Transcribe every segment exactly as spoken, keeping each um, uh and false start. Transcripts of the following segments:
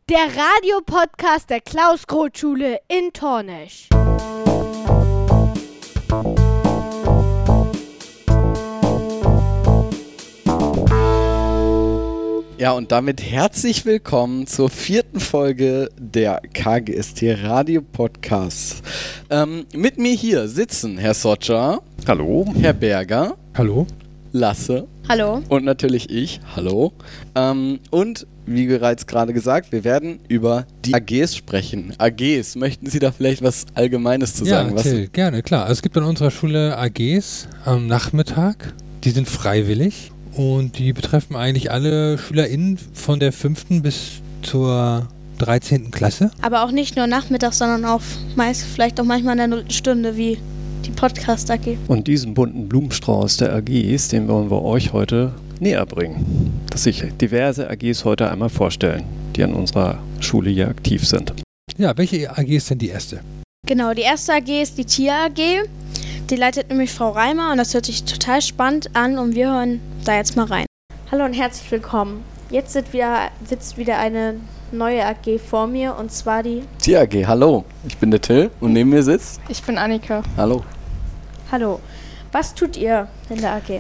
Der Radiopodcast der Klaus-Groth-Schule in Tornisch. Ja, und damit herzlich willkommen zur vierten Folge der K G S T Radio Podcasts. Ähm, mit mir hier sitzen Herr Sotscher. Hallo. Herr Berger. Hallo. Lasse. Hallo. Und natürlich ich. Hallo. Ähm, und wie bereits gerade gesagt, wir werden über die A Gs sprechen. A Gs, möchten Sie da vielleicht was Allgemeines zu sagen? Ja, Till, gerne, klar. Also es gibt an unserer Schule A Gs am Nachmittag. Die sind freiwillig und die betreffen eigentlich alle SchülerInnen von der fünften bis zur dreizehnten Klasse. Aber auch nicht nur nachmittags, sondern auch meist vielleicht auch manchmal in der dritten Stunde, wie die Podcast-A G. Und diesen bunten Blumenstrauß der A Gs, den wollen wir euch heute näher bringen. Dass sich diverse A Gs heute einmal vorstellen, die an unserer Schule hier aktiv sind. Ja, welche A G ist denn die erste? Genau, die erste A G ist die Tier-A G. Die leitet nämlich Frau Reimer und das hört sich total spannend an und wir hören da jetzt mal rein. Hallo und herzlich willkommen. Jetzt sitzt wieder, sitzt wieder eine neue A G vor mir und zwar die Tier-A G, hallo. Ich bin der Till und neben mir sitzt... Ich bin Annika. Hallo. Hallo. Was tut ihr in der A G?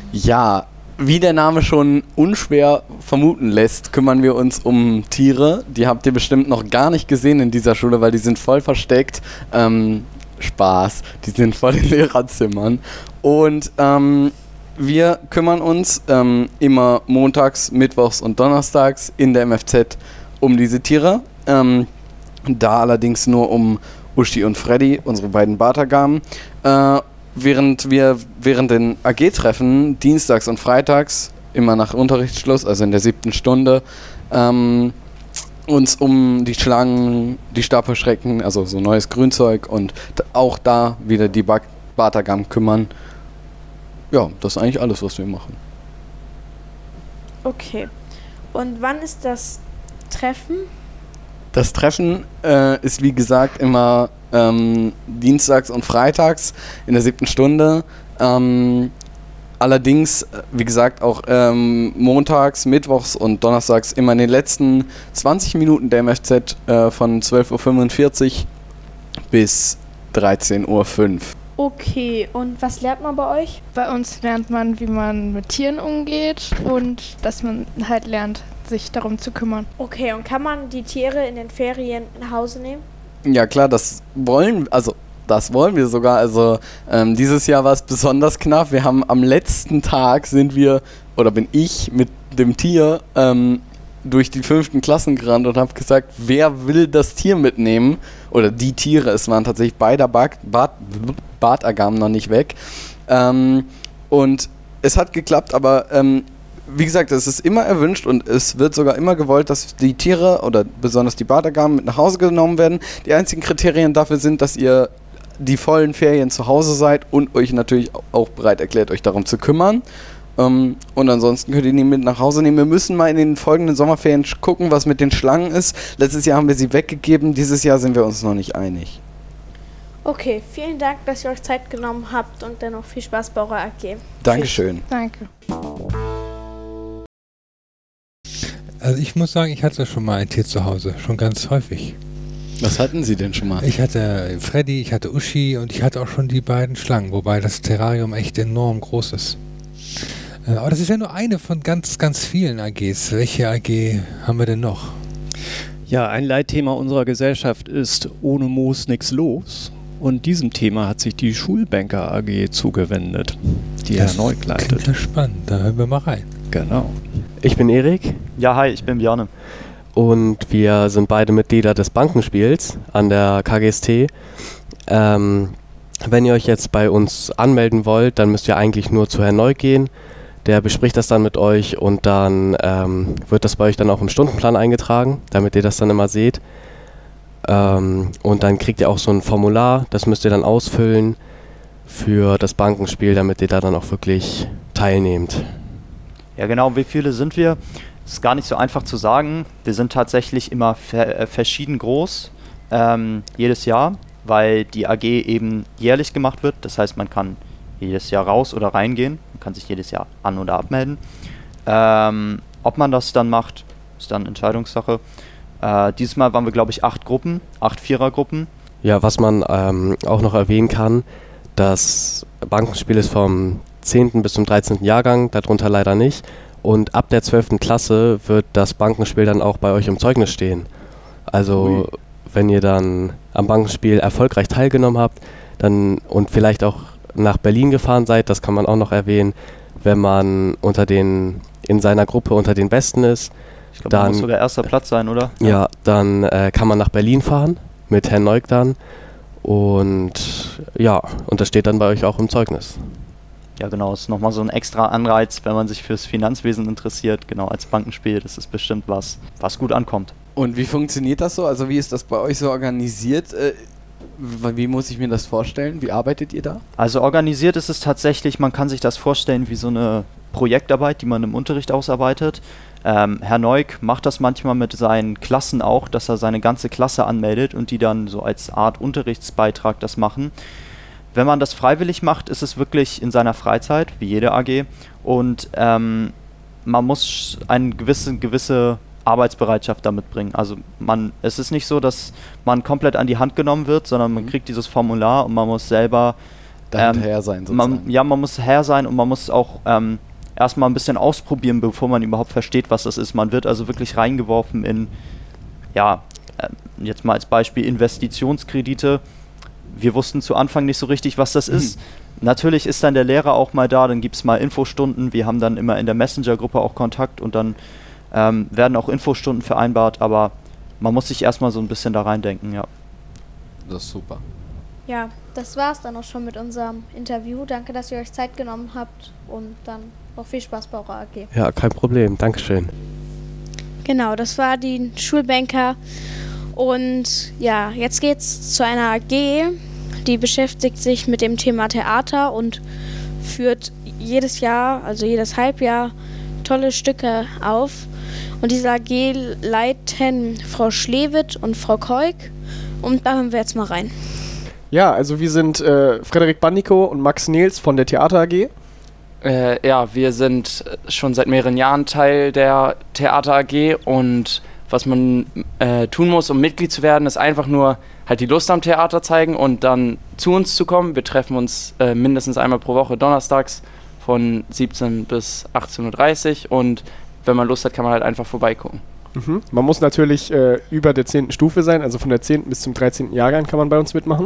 Ja, wie der Name schon unschwer vermuten lässt, kümmern wir uns um Tiere. Die habt ihr bestimmt noch gar nicht gesehen in dieser Schule, weil die sind voll versteckt. Ähm, Spaß. Die sind voll in Lehrerzimmern. Und ähm, wir kümmern uns ähm, immer montags, mittwochs und donnerstags in der M F Z um diese Tiere. Ähm, da allerdings nur um Uschi und Freddy, unsere beiden Bartagamen. Äh, während wir während den A G-Treffen dienstags und freitags, immer nach Unterrichtsschluss, also in der siebten Stunde, ähm, uns um die Schlangen, die Stapelschrecken, also so neues Grünzeug und d- auch da wieder die ba- Bartagamen kümmern. Ja, das ist eigentlich alles, was wir machen. Okay. Und wann ist das Treffen? Das Treffen äh, ist wie gesagt immer ähm, dienstags und freitags in der siebten Stunde. Ähm, allerdings, wie gesagt, auch ähm, montags, mittwochs und donnerstags immer in den letzten zwanzig Minuten der M F Z äh, von zwölf Uhr fünfundvierzig bis dreizehn Uhr fünf. Okay, und was lernt man bei euch? Bei uns lernt man, wie man mit Tieren umgeht und dass man halt lernt, sich darum zu kümmern. Okay, und kann man die Tiere in den Ferien nach Hause nehmen? Ja klar, das wollen, also das wollen wir sogar. Also ähm, dieses Jahr war es besonders knapp. Wir haben am letzten Tag sind wir, oder bin ich mit dem Tier ähm, durch die fünften Klassen gerannt und habe gesagt, wer will das Tier mitnehmen? Oder die Tiere, es waren tatsächlich beide Bart, Bart, Bartagamen noch nicht weg. Ähm, und es hat geklappt, aber ähm, wie gesagt, es ist immer erwünscht und es wird sogar immer gewollt, dass die Tiere oder besonders die Bartagamen mit nach Hause genommen werden. Die einzigen Kriterien dafür sind, dass ihr die vollen Ferien zu Hause seid und euch natürlich auch bereit erklärt, euch darum zu kümmern. Um, und ansonsten könnt ihr die mit nach Hause nehmen. Wir müssen mal in den folgenden Sommerferien gucken, was mit den Schlangen ist. Letztes Jahr haben wir sie weggegeben, dieses Jahr sind wir uns noch nicht einig. Okay, vielen Dank, dass ihr euch Zeit genommen habt und dennoch viel Spaß bei eurer A G. Dankeschön. Danke. Also ich muss sagen, ich hatte schon mal ein Tier zu Hause, schon ganz häufig. Was hatten Sie denn schon mal? Ich hatte Freddy, ich hatte Uschi und ich hatte auch schon die beiden Schlangen, wobei das Terrarium echt enorm groß ist. Äh, aber das ist ja nur eine von ganz, ganz vielen A Gs. Welche A G haben wir denn noch? Ja, ein Leitthema unserer Gesellschaft ist ohne Moos nix los. Und diesem Thema hat sich die Schulbanker A G zugewendet, die Das Herr Neuk leitet. klingt ja spannend, da hören wir mal rein. Genau. Ich bin Erik. Ja, hi, ich bin Bjarne. Und wir sind beide Mitglieder des Bankenspiels an der K G S T. Ähm, wenn ihr euch jetzt bei uns anmelden wollt, dann müsst ihr eigentlich nur zu Herrn Neuk gehen. Der bespricht das dann mit euch und dann ähm, wird das bei euch dann auch im Stundenplan eingetragen, damit ihr das dann immer seht. Ähm, und dann kriegt ihr auch so ein Formular, das müsst ihr dann ausfüllen für das Bankenspiel, damit ihr da dann auch wirklich teilnehmt. Ja, genau, wie viele sind wir? Das ist gar nicht so einfach zu sagen. Wir sind tatsächlich immer ver- äh, verschieden groß, ähm, jedes Jahr, weil die A G eben jährlich gemacht wird. Das heißt, man kann jedes Jahr raus oder reingehen. Man kann sich jedes Jahr an- oder abmelden. Ähm, ob man das dann macht, ist dann Entscheidungssache. Äh, dieses Mal waren wir, glaube ich, acht Gruppen, acht Vierergruppen. Ja, was man ähm, auch noch erwähnen kann, das Bankenspiel ist vom zehnten bis zum dreizehnten Jahrgang, darunter leider nicht. Und ab der zwölften Klasse wird das Bankenspiel dann auch bei euch im Zeugnis stehen. Also Ui. wenn ihr dann am Bankenspiel erfolgreich teilgenommen habt dann und vielleicht auch nach Berlin gefahren seid, das kann man auch noch erwähnen, wenn man unter den in seiner Gruppe unter den Besten ist. Ich glaube, man muss sogar erster Platz sein, oder? Ja, ja dann äh, kann man nach Berlin fahren mit Herrn Neuk dann. Und ja, und das steht dann bei euch auch im Zeugnis. Ja, genau, das ist nochmal so ein extra Anreiz, wenn man sich fürs Finanzwesen interessiert, genau, als Bankenspiel, das ist bestimmt was, was gut ankommt. Und wie funktioniert das so? Also wie ist das bei euch so organisiert? Äh, wie muss ich mir das vorstellen? Wie arbeitet ihr da? Also organisiert ist es tatsächlich, man kann sich das vorstellen wie so eine Projektarbeit, die man im Unterricht ausarbeitet. Ähm, Herr Neuk macht das manchmal mit seinen Klassen auch, dass er seine ganze Klasse anmeldet und die dann so als Art Unterrichtsbeitrag das machen. Wenn man das freiwillig macht, ist es wirklich in seiner Freizeit, wie jede A G. Und ähm, man muss eine gewisse, gewisse Arbeitsbereitschaft damit bringen. Also man, es ist nicht so, dass man komplett an die Hand genommen wird, sondern man kriegt dieses Formular und man muss selber ähm, Herr sein sozusagen. Man, ja, man muss Herr sein und man muss auch ähm, erstmal ein bisschen ausprobieren, bevor man überhaupt versteht, was das ist. Man wird also wirklich reingeworfen in, ja, äh, jetzt mal als Beispiel Investitionskredite. Wir wussten zu Anfang nicht so richtig, was das mhm. ist. Natürlich ist dann der Lehrer auch mal da, dann gibt es mal Infostunden. Wir haben dann immer in der Messenger-Gruppe auch Kontakt und dann ähm, werden auch Infostunden vereinbart, aber man muss sich erstmal so ein bisschen da reindenken, ja. Das ist super. Ja, das war's dann auch schon mit unserem Interview. Danke, dass ihr euch Zeit genommen habt und dann noch viel Spaß bei eurer A G. Ja, kein Problem. Dankeschön. Genau, das war die Schulbanker. Und ja, jetzt geht's zu einer A G, die beschäftigt sich mit dem Thema Theater und führt jedes Jahr, also jedes Halbjahr, tolle Stücke auf. Und diese A G leiten Frau Schlewitt und Frau Keuk. Und da hören wir jetzt mal rein. Ja, also wir sind äh, Frederik Bandiko und Max Nils von der Theater A G. Äh, ja, wir sind schon seit mehreren Jahren Teil der Theater A G und was man äh, tun muss, um Mitglied zu werden, ist einfach nur halt die Lust am Theater zeigen und dann zu uns zu kommen. Wir treffen uns äh, mindestens einmal pro Woche donnerstags von siebzehn bis achtzehn Uhr dreißig und wenn man Lust hat, kann man halt einfach vorbeigucken. Mhm. Man muss natürlich äh, über der zehnten Stufe sein, also von der zehnten bis zum dreizehnten Jahrgang kann man bei uns mitmachen.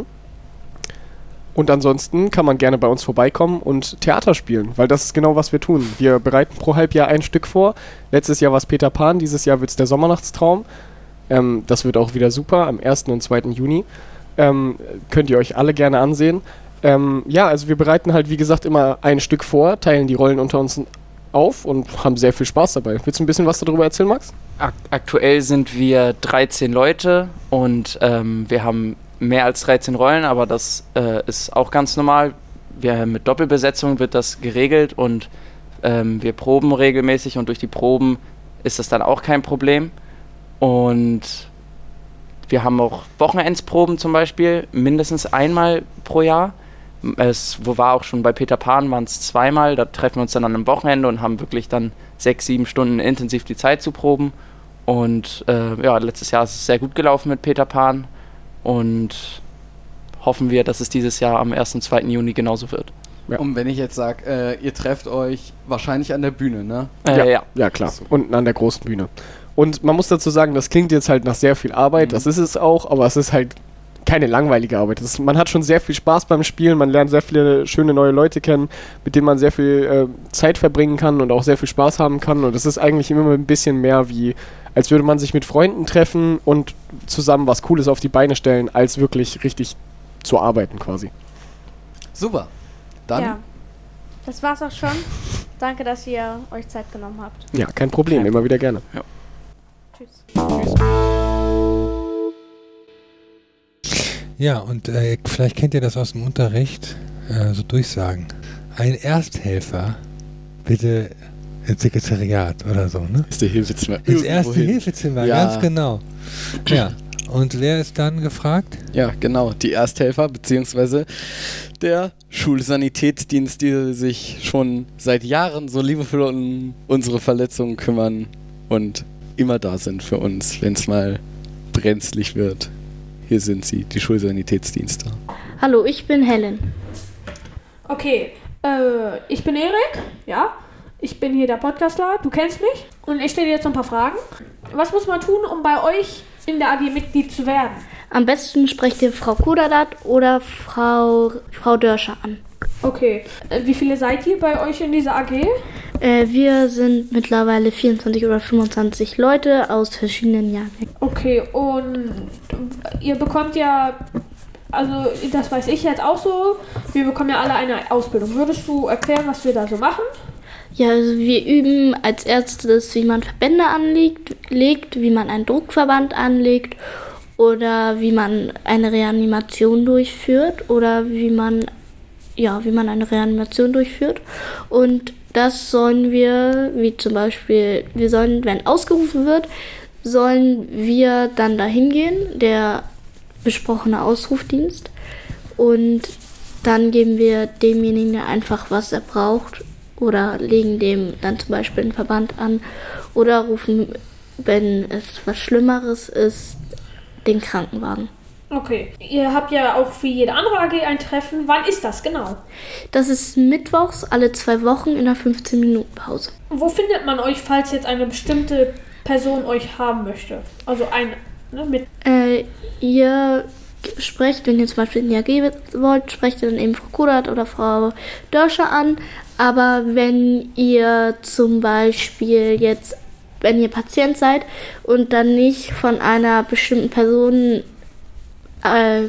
Und ansonsten kann man gerne bei uns vorbeikommen und Theater spielen, weil das ist genau, was wir tun. Wir bereiten pro Halbjahr ein Stück vor. Letztes Jahr war es Peter Pan, dieses Jahr wird es der Sommernachtstraum. Ähm, das wird auch wieder super, am ersten und zweiten Juni. Ähm, könnt ihr euch alle gerne ansehen. Ähm, ja, also wir bereiten halt, wie gesagt, immer ein Stück vor, teilen die Rollen unter uns auf und haben sehr viel Spaß dabei. Willst du ein bisschen was darüber erzählen, Max? Aktuell sind wir dreizehn Leute und ähm, wir haben mehr als dreizehn Rollen, aber das äh, ist auch ganz normal. Wir, mit Doppelbesetzung wird das geregelt und ähm, wir proben regelmäßig und durch die Proben ist das dann auch kein Problem. Und wir haben auch Wochenendsproben zum Beispiel, mindestens einmal pro Jahr. Es wo war auch schon bei Peter Pan, waren es zweimal, da treffen wir uns dann an einem Wochenende und haben wirklich dann sechs, sieben Stunden intensiv die Zeit zu proben. Und äh, ja, letztes Jahr ist es sehr gut gelaufen mit Peter Pan. Und hoffen wir, dass es dieses Jahr am ersten und zweiten Juni genauso wird. Ja. Und wenn ich jetzt sage, äh, ihr trefft euch wahrscheinlich an der Bühne, ne? Äh, ja, ja. ja, klar. Unten an der großen Bühne. Und man muss dazu sagen, das klingt jetzt halt nach sehr viel Arbeit, mhm. das ist es auch, aber es ist halt keine langweilige Arbeit. Das, man hat schon sehr viel Spaß beim Spielen, man lernt sehr viele schöne neue Leute kennen, mit denen man sehr viel äh, Zeit verbringen kann und auch sehr viel Spaß haben kann. Und es ist eigentlich immer ein bisschen mehr wie, als würde man sich mit Freunden treffen und zusammen was Cooles auf die Beine stellen, als wirklich richtig zu arbeiten quasi. Super. Dann. Ja, das war's auch schon. Danke, dass ihr euch Zeit genommen habt. Ja, kein Problem, immer wieder gerne. Ja. Tschüss. Tschüss. Ja, und äh, vielleicht kennt ihr das aus dem Unterricht, äh, so Durchsagen. Ein Ersthelfer, bitte ins Sekretariat oder so, ne? Ist der Hilfezimmer. Ins erste Hilfezimmer, ja. Ganz genau. Ja, und wer ist dann gefragt? Ja, genau, die Ersthelfer, beziehungsweise der Schulsanitätsdienst, die sich schon seit Jahren so liebevoll um unsere Verletzungen kümmern und immer da sind für uns, wenn es mal brenzlig wird. Hier sind sie, die Schulsanitätsdienste. Hallo, ich bin Helen. Okay, äh, ich bin Erik, ja. Ich bin hier der Podcastler, du kennst mich. Und ich stelle dir jetzt noch ein paar Fragen. Was muss man tun, um bei euch in der A G Mitglied zu werden? Am besten sprecht ihr Frau Kudadat oder Frau, Frau Dörscher an. Okay, äh, wie viele seid ihr bei euch in dieser A G? Äh, wir sind mittlerweile vierundzwanzig oder fünfundzwanzig Leute aus verschiedenen Jahren. Okay, und ihr bekommt ja, also das weiß ich jetzt auch so, wir bekommen ja alle eine Ausbildung. Würdest du erklären, was wir da so machen? Ja, also wir üben als erstes, wie man Verbände anlegt, legt, wie man einen Druckverband anlegt oder wie man eine Reanimation durchführt oder wie man, ja, wie man eine Reanimation durchführt. Und das sollen wir, wie zum Beispiel, wir sollen, wenn ausgerufen wird, sollen wir dann dahin gehen, der besprochene Ausrufdienst, und dann geben wir demjenigen einfach, was er braucht, oder legen dem dann zum Beispiel einen Verband an oder rufen, wenn es was Schlimmeres ist, den Krankenwagen. Okay, ihr habt ja auch wie jede andere A G ein Treffen. Wann ist das genau? Das ist mittwochs alle zwei Wochen in einer fünfzehn Minuten Pause. Wo findet man euch, falls jetzt eine bestimmte Person euch haben möchte? Also ein, ne, mit... Äh, ihr sprecht, wenn ihr zum Beispiel in die A G wollt, sprecht ihr dann eben Frau Kudat oder Frau Dörscher an. Aber wenn ihr zum Beispiel jetzt, wenn ihr Patient seid und dann nicht von einer bestimmten Person äh,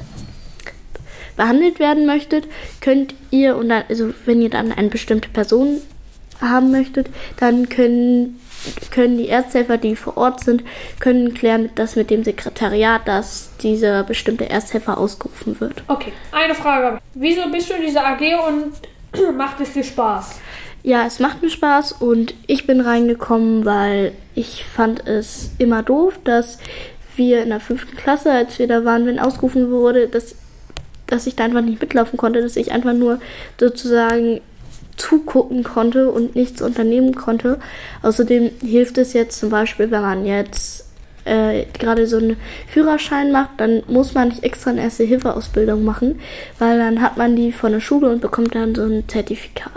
behandelt werden möchtet, könnt ihr, und dann, also wenn ihr dann eine bestimmte Person haben möchtet, dann können, können die Ersthelfer, die vor Ort sind, können klären das mit dem Sekretariat, dass dieser bestimmte Ersthelfer ausgerufen wird. Okay, eine Frage. Wieso bist du in dieser A G und macht es dir Spaß? Ja, es macht mir Spaß und ich bin reingekommen, weil ich fand es immer doof, dass wir in der fünften Klasse, als wir da waren, wenn ausgerufen wurde, dass, dass ich da einfach nicht mitlaufen konnte, dass ich einfach nur sozusagen zugucken konnte und nichts unternehmen konnte. Außerdem hilft es jetzt zum Beispiel, wenn man jetzt äh, gerade so einen Führerschein macht, dann muss man nicht extra eine Erste-Hilfe-Ausbildung machen, weil dann hat man die von der Schule und bekommt dann so ein Zertifikat.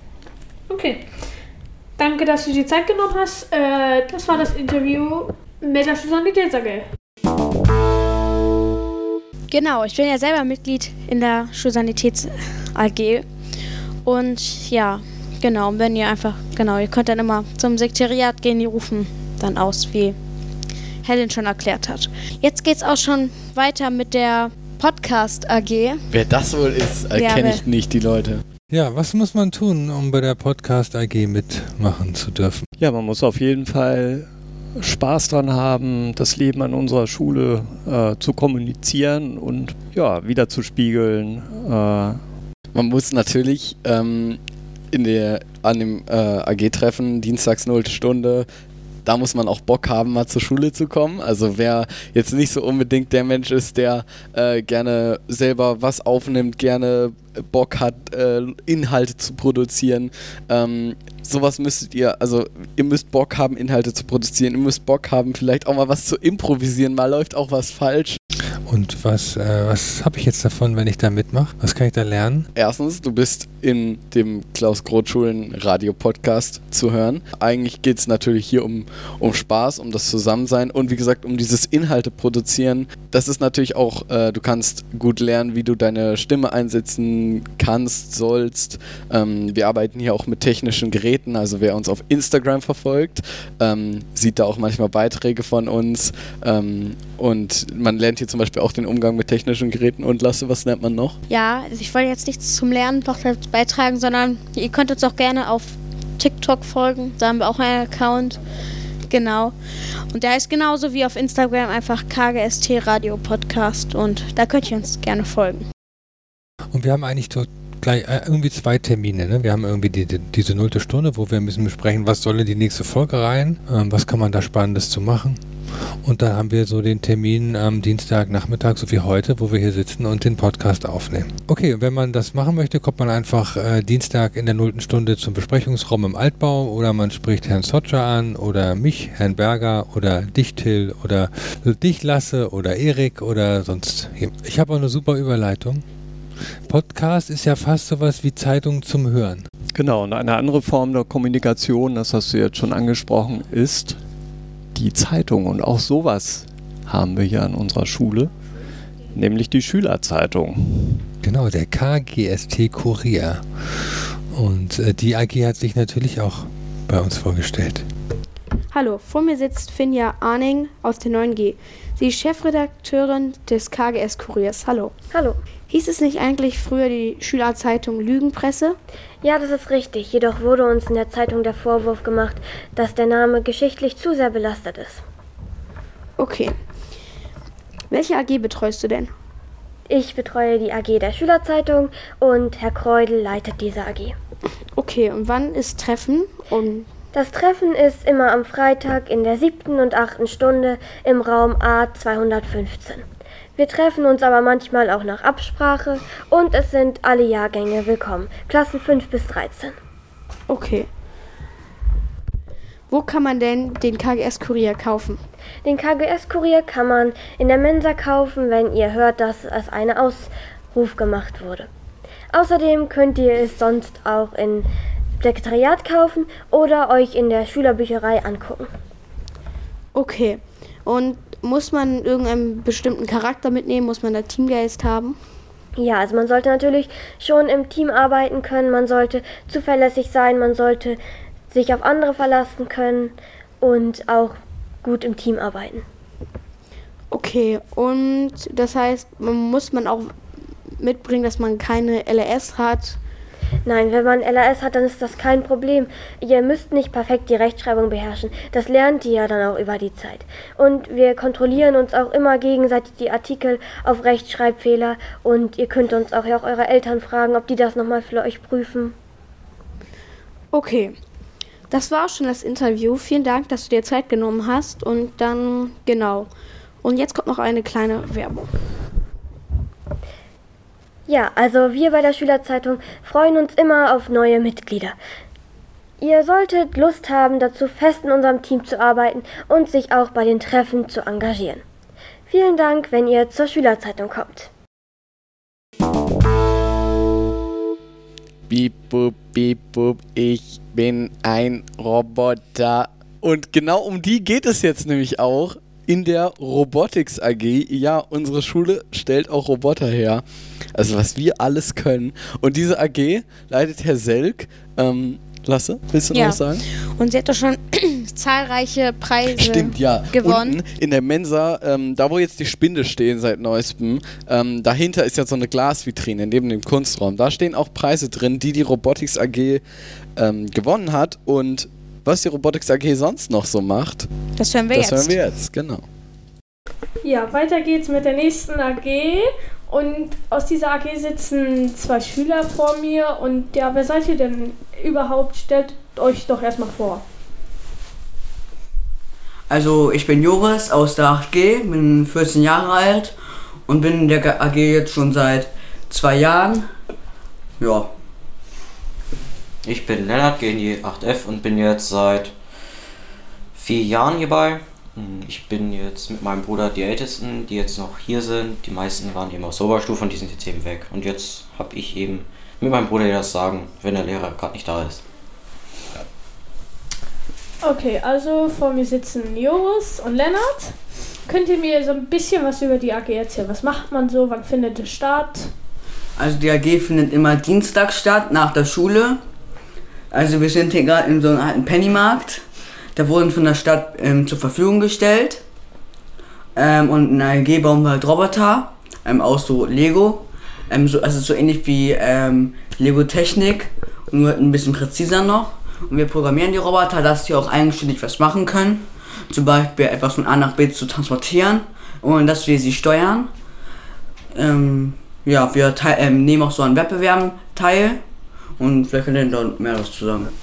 Okay. Danke, dass du dir Zeit genommen hast. Äh, das war das Interview mit der Schulsanitäts-A G. Genau, ich bin ja selber Mitglied in der Schulsanitäts-A G. Und ja, genau, wenn ihr einfach, genau, ihr könnt dann immer zum Sekretariat gehen, die rufen dann aus, wie Helen schon erklärt hat. Jetzt geht's auch schon weiter mit der Podcast-A G. Wer das wohl ist, Ja, kenne wer- ich nicht, die Leute. Ja, was muss man tun, um bei der Podcast-A G mitmachen zu dürfen? Ja, man muss auf jeden Fall Spaß dran haben, das Leben an unserer Schule äh, zu kommunizieren und ja, wiederzuspiegeln. Äh, Man muss natürlich ähm, in der, an dem äh, A G-Treffen, dienstags nullte Stunde, da muss man auch Bock haben, mal zur Schule zu kommen. Also wer jetzt nicht so unbedingt der Mensch ist, der äh, gerne selber was aufnimmt, gerne Bock hat, äh, Inhalte zu produzieren, ähm, sowas müsstet ihr, also ihr müsst Bock haben, Inhalte zu produzieren, ihr müsst Bock haben, vielleicht auch mal was zu improvisieren, mal läuft auch was falsch. Und was, äh, was habe ich jetzt davon, wenn ich da mitmache? Was kann ich da lernen? Erstens, du bist in dem Klaus-Groth-Schulen-Radio-Podcast zu hören. Eigentlich geht es natürlich hier um, um Spaß, um das Zusammensein und wie gesagt, um dieses Inhalte produzieren. Das ist natürlich auch, äh, du kannst gut lernen, wie du deine Stimme einsetzen kannst, sollst. Ähm, wir arbeiten hier auch mit technischen Geräten, also wer uns auf Instagram verfolgt, ähm, sieht da auch manchmal Beiträge von uns. Ähm, und man lernt hier zum Beispiel auch den Umgang mit technischen Geräten. Und Lasse, was lernt man noch? Ja, also ich wollte jetzt nichts zum Lernen noch dazu beitragen, sondern ihr könnt uns auch gerne auf TikTok folgen. Da haben wir auch einen Account. Genau. Und der heißt genauso wie auf Instagram einfach K G S T Radio Podcast. Und da könnt ihr uns gerne folgen. Und wir haben eigentlich dort gleich äh, irgendwie zwei Termine. Ne? Wir haben irgendwie die, die, diese nullte Stunde, wo wir ein bisschen besprechen, was soll in die nächste Folge rein, ähm, was kann man da Spannendes zu machen. Und dann haben wir so den Termin am Dienstagnachmittag, so wie heute, wo wir hier sitzen und den Podcast aufnehmen. Okay, und wenn man das machen möchte, kommt man einfach äh, Dienstag in der nullten Stunde zum Besprechungsraum im Altbau oder man spricht Herrn Sotscher an oder mich, Herrn Berger oder dich, Till, oder dich, Lasse oder Erik oder sonst. Ich habe auch eine super Überleitung. Podcast ist ja fast sowas wie Zeitung zum Hören. Genau, und eine andere Form der Kommunikation, das hast du jetzt schon angesprochen, ist die Zeitung. Und auch sowas haben wir hier an unserer Schule, nämlich die Schülerzeitung. Genau, der K G S T Kurier. Und äh, die A G hat sich natürlich auch bei uns vorgestellt. Hallo, vor mir sitzt Finja Arning aus der neun G. Sie ist Chefredakteurin des K G S Kuriers. Hallo. Hallo. Hieß es nicht eigentlich früher die Schülerzeitung Lügenpresse? Ja, das ist richtig. Jedoch wurde uns in der Zeitung der Vorwurf gemacht, dass der Name geschichtlich zu sehr belastet ist. Okay. Welche A G betreust du denn? Ich betreue die A G der Schülerzeitung und Herr Kreudel leitet diese A G. Okay, und wann ist Treffen? Und das Treffen ist immer am Freitag in der siebten und achten Stunde im Raum A zweihundertfünfzehn. Wir treffen uns aber manchmal auch nach Absprache und es sind alle Jahrgänge willkommen, Klassen fünf bis dreizehn. Okay. Wo kann man denn den K G S-Kurier kaufen? Den K G S-Kurier kann man in der Mensa kaufen, wenn ihr hört, dass es ein Ausruf gemacht wurde. Außerdem könnt ihr es sonst auch im Sekretariat kaufen oder euch in der Schülerbücherei angucken. Okay. Und muss man irgendeinen bestimmten Charakter mitnehmen? Muss man da Teamgeist haben? Ja, also man sollte natürlich schon im Team arbeiten können, man sollte zuverlässig sein, man sollte sich auf andere verlassen können und auch gut im Team arbeiten. Okay, und das heißt, man muss man auch mitbringen, dass man keine L R S hat? Nein, wenn man L R S hat, dann ist das kein Problem. Ihr müsst nicht perfekt die Rechtschreibung beherrschen. Das lernt ihr ja dann auch über die Zeit. Und wir kontrollieren uns auch immer gegenseitig die Artikel auf Rechtschreibfehler. Und ihr könnt uns auch, ja auch eure Eltern fragen, ob die das nochmal für euch prüfen. Okay, das war auch schon das Interview. Vielen Dank, dass du dir Zeit genommen hast. Und dann, genau. Und jetzt kommt noch eine kleine Werbung. Ja, also wir bei der Schülerzeitung freuen uns immer auf neue Mitglieder. Ihr solltet Lust haben, dazu fest in unserem Team zu arbeiten und sich auch bei den Treffen zu engagieren. Vielen Dank, wenn ihr zur Schülerzeitung kommt. Beep, boop, beep, boop, ich bin ein Roboter. Und genau um die geht es jetzt nämlich auch in der Robotics A G. Ja, unsere Schule stellt auch Roboter her. Also was wir alles können. Und diese A G leitet Herr Selk. Ähm, Lasse, willst du noch Ja. was sagen? Und sie hat doch schon zahlreiche Preise Stimmt, ja. gewonnen. Unten in der Mensa, ähm, da wo jetzt die Spinde stehen seit neuestem, ähm, dahinter ist ja so eine Glasvitrine neben dem Kunstraum. Da stehen auch Preise drin, die die Robotics A G ähm, gewonnen hat. Und was die Robotics A G sonst noch so macht, Das hören wir das jetzt. hören wir jetzt, genau. Ja, weiter geht's mit der nächsten A G. Und aus dieser A G sitzen zwei Schüler vor mir. Und ja, wer seid ihr denn überhaupt? Stellt euch doch erstmal vor. Also ich bin Joris aus der acht G, bin vierzehn Jahre alt und bin in der A G jetzt schon seit zwei Jahren. Ja. Ich bin Lennart, gehe in die acht F und bin jetzt seit vier Jahren hierbei. Ich bin jetzt mit meinem Bruder die Ältesten, die jetzt noch hier sind. Die meisten waren eben aus der Oberstufe und die sind jetzt eben weg. Und jetzt habe ich eben mit meinem Bruder das Sagen, wenn der Lehrer gerade nicht da ist. Okay, also vor mir sitzen Joris und Lennart. Könnt ihr mir so ein bisschen was über die A G erzählen? Was macht man so? Wann findet es statt? Also die A G findet immer dienstags statt, nach der Schule. Also wir sind hier gerade in so einem alten Pennymarkt. Der wurden von der Stadt ähm, zur Verfügung gestellt. Ähm, und in der A G bauen wir halt Roboter, ähm, aus so Lego. Ähm, so, also so ähnlich wie ähm, Lego Technik, nur ein bisschen präziser noch. Und wir programmieren die Roboter, dass die auch eigenständig was machen können. Zum Beispiel etwas von A nach B zu transportieren, ohne dass wir sie steuern. Ähm, ja, wir te- ähm, nehmen auch so an Wettbewerben teil. Und vielleicht könnt ihr da mehr was zu sagen.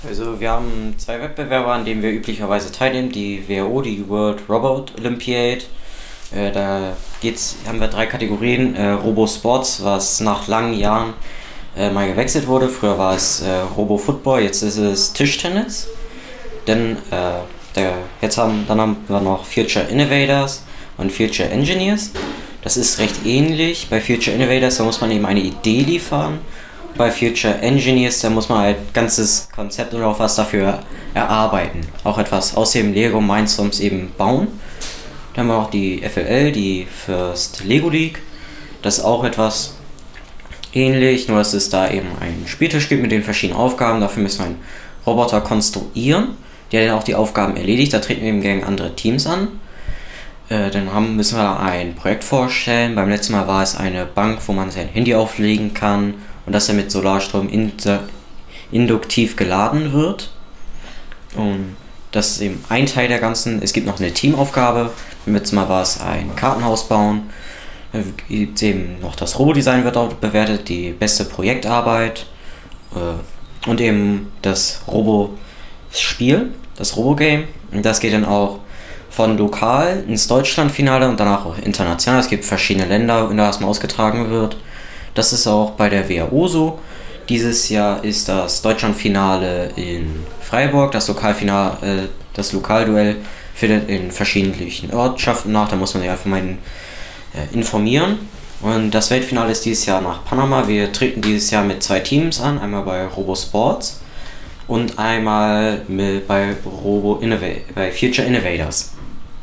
Also wir haben zwei Wettbewerbe, an denen wir üblicherweise teilnehmen. Die W R O, die World Robot Olympiad. Äh, da geht's, haben wir drei Kategorien. Äh, Robo Sports, was nach langen Jahren äh, mal gewechselt wurde. Früher war es äh, Robo Football, jetzt ist es Tischtennis. Denn äh, der, jetzt haben, dann haben wir noch Future Innovators und Future Engineers. Das ist recht ähnlich. Bei Future Innovators, da muss man eben eine Idee liefern. Bei Future Engineers, da muss man halt ganzes Konzept und auch was dafür erarbeiten. Auch etwas aus dem Lego Mindstorms eben bauen. Dann haben wir auch die F L L, die First Lego League. Das ist auch etwas ähnlich, nur dass es da eben ein Spieltisch gibt mit den verschiedenen Aufgaben. Dafür müssen wir einen Roboter konstruieren, der dann auch die Aufgaben erledigt. Da treten wir eben gegen andere Teams an. Äh, dann haben, müssen wir ein Projekt vorstellen. Beim letzten Mal war es eine Bank, wo man sein Handy auflegen kann und das dann mit Solarstrom inter- induktiv geladen wird. Und das ist eben ein Teil der ganzen. Es gibt noch eine Teamaufgabe. Beim letzten Mal war es ein Kartenhaus bauen. Dann gibt es eben noch das Robodesign wird auch bewertet, die beste Projektarbeit äh, und eben das Robo-Spiel, das Robo-Game. Und das geht dann auch von lokal ins Deutschlandfinale und danach auch international. Es gibt verschiedene Länder, in denen das mal ausgetragen wird. Das ist auch bei der W R O so. Dieses Jahr ist das Deutschlandfinale in Freiburg, das Lokalfinale, äh, das Lokalduell findet in verschiedenen Ortschaften nach, da muss man sich einfach mal in, äh, informieren. Und das Weltfinale ist dieses Jahr nach Panama. Wir treten dieses Jahr mit zwei Teams an, einmal bei Robo Sports und einmal mit, bei Robo Innova- bei Future Innovators.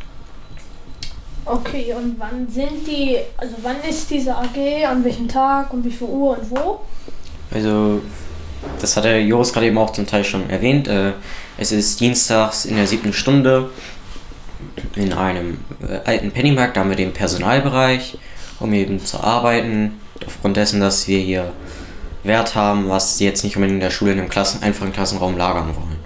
Okay, und wann sind die, also wann ist diese A G, an welchem Tag, um wie viel Uhr und wo? Also, das hat der Joris gerade eben auch zum Teil schon erwähnt. Äh, es ist dienstags in der siebten Stunde in einem äh, alten Pennymarkt, da haben wir den Personalbereich, um eben zu arbeiten. Aufgrund dessen, dass wir hier Wert haben, was sie jetzt nicht unbedingt in der Schule in einem Klassen, einfachen Klassenraum lagern wollen.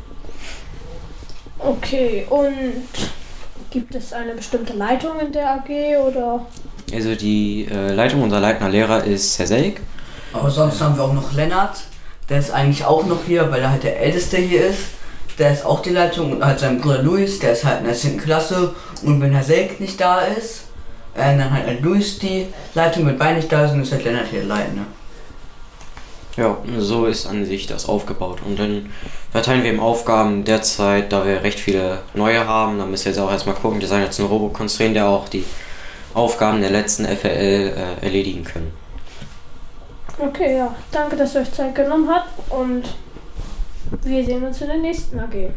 Okay, und gibt es eine bestimmte Leitung in der A G oder? Also die äh, Leitung, unser leitender Lehrer ist Herr Selk. Aber sonst haben wir auch noch Lennart, der ist eigentlich auch noch hier, weil er halt der Älteste hier ist. Der ist auch die Leitung und halt sein Bruder Luis, der ist halt in der zehnten Klasse. Und wenn Herr Selk nicht da ist, äh, dann halt Luis die Leitung, wenn beide nicht da sind, ist halt Lennart hier Leitende. Ja, so ist an sich das aufgebaut. Und dann verteilen wir eben Aufgaben derzeit, da wir recht viele neue haben. Da müssen wir jetzt auch erstmal gucken, wir sollen jetzt einen Robo konstruieren, der auch die Aufgaben der letzten F L L äh, erledigen können. Okay, ja. Danke, dass ihr euch Zeit genommen habt und wir sehen uns in der nächsten A G.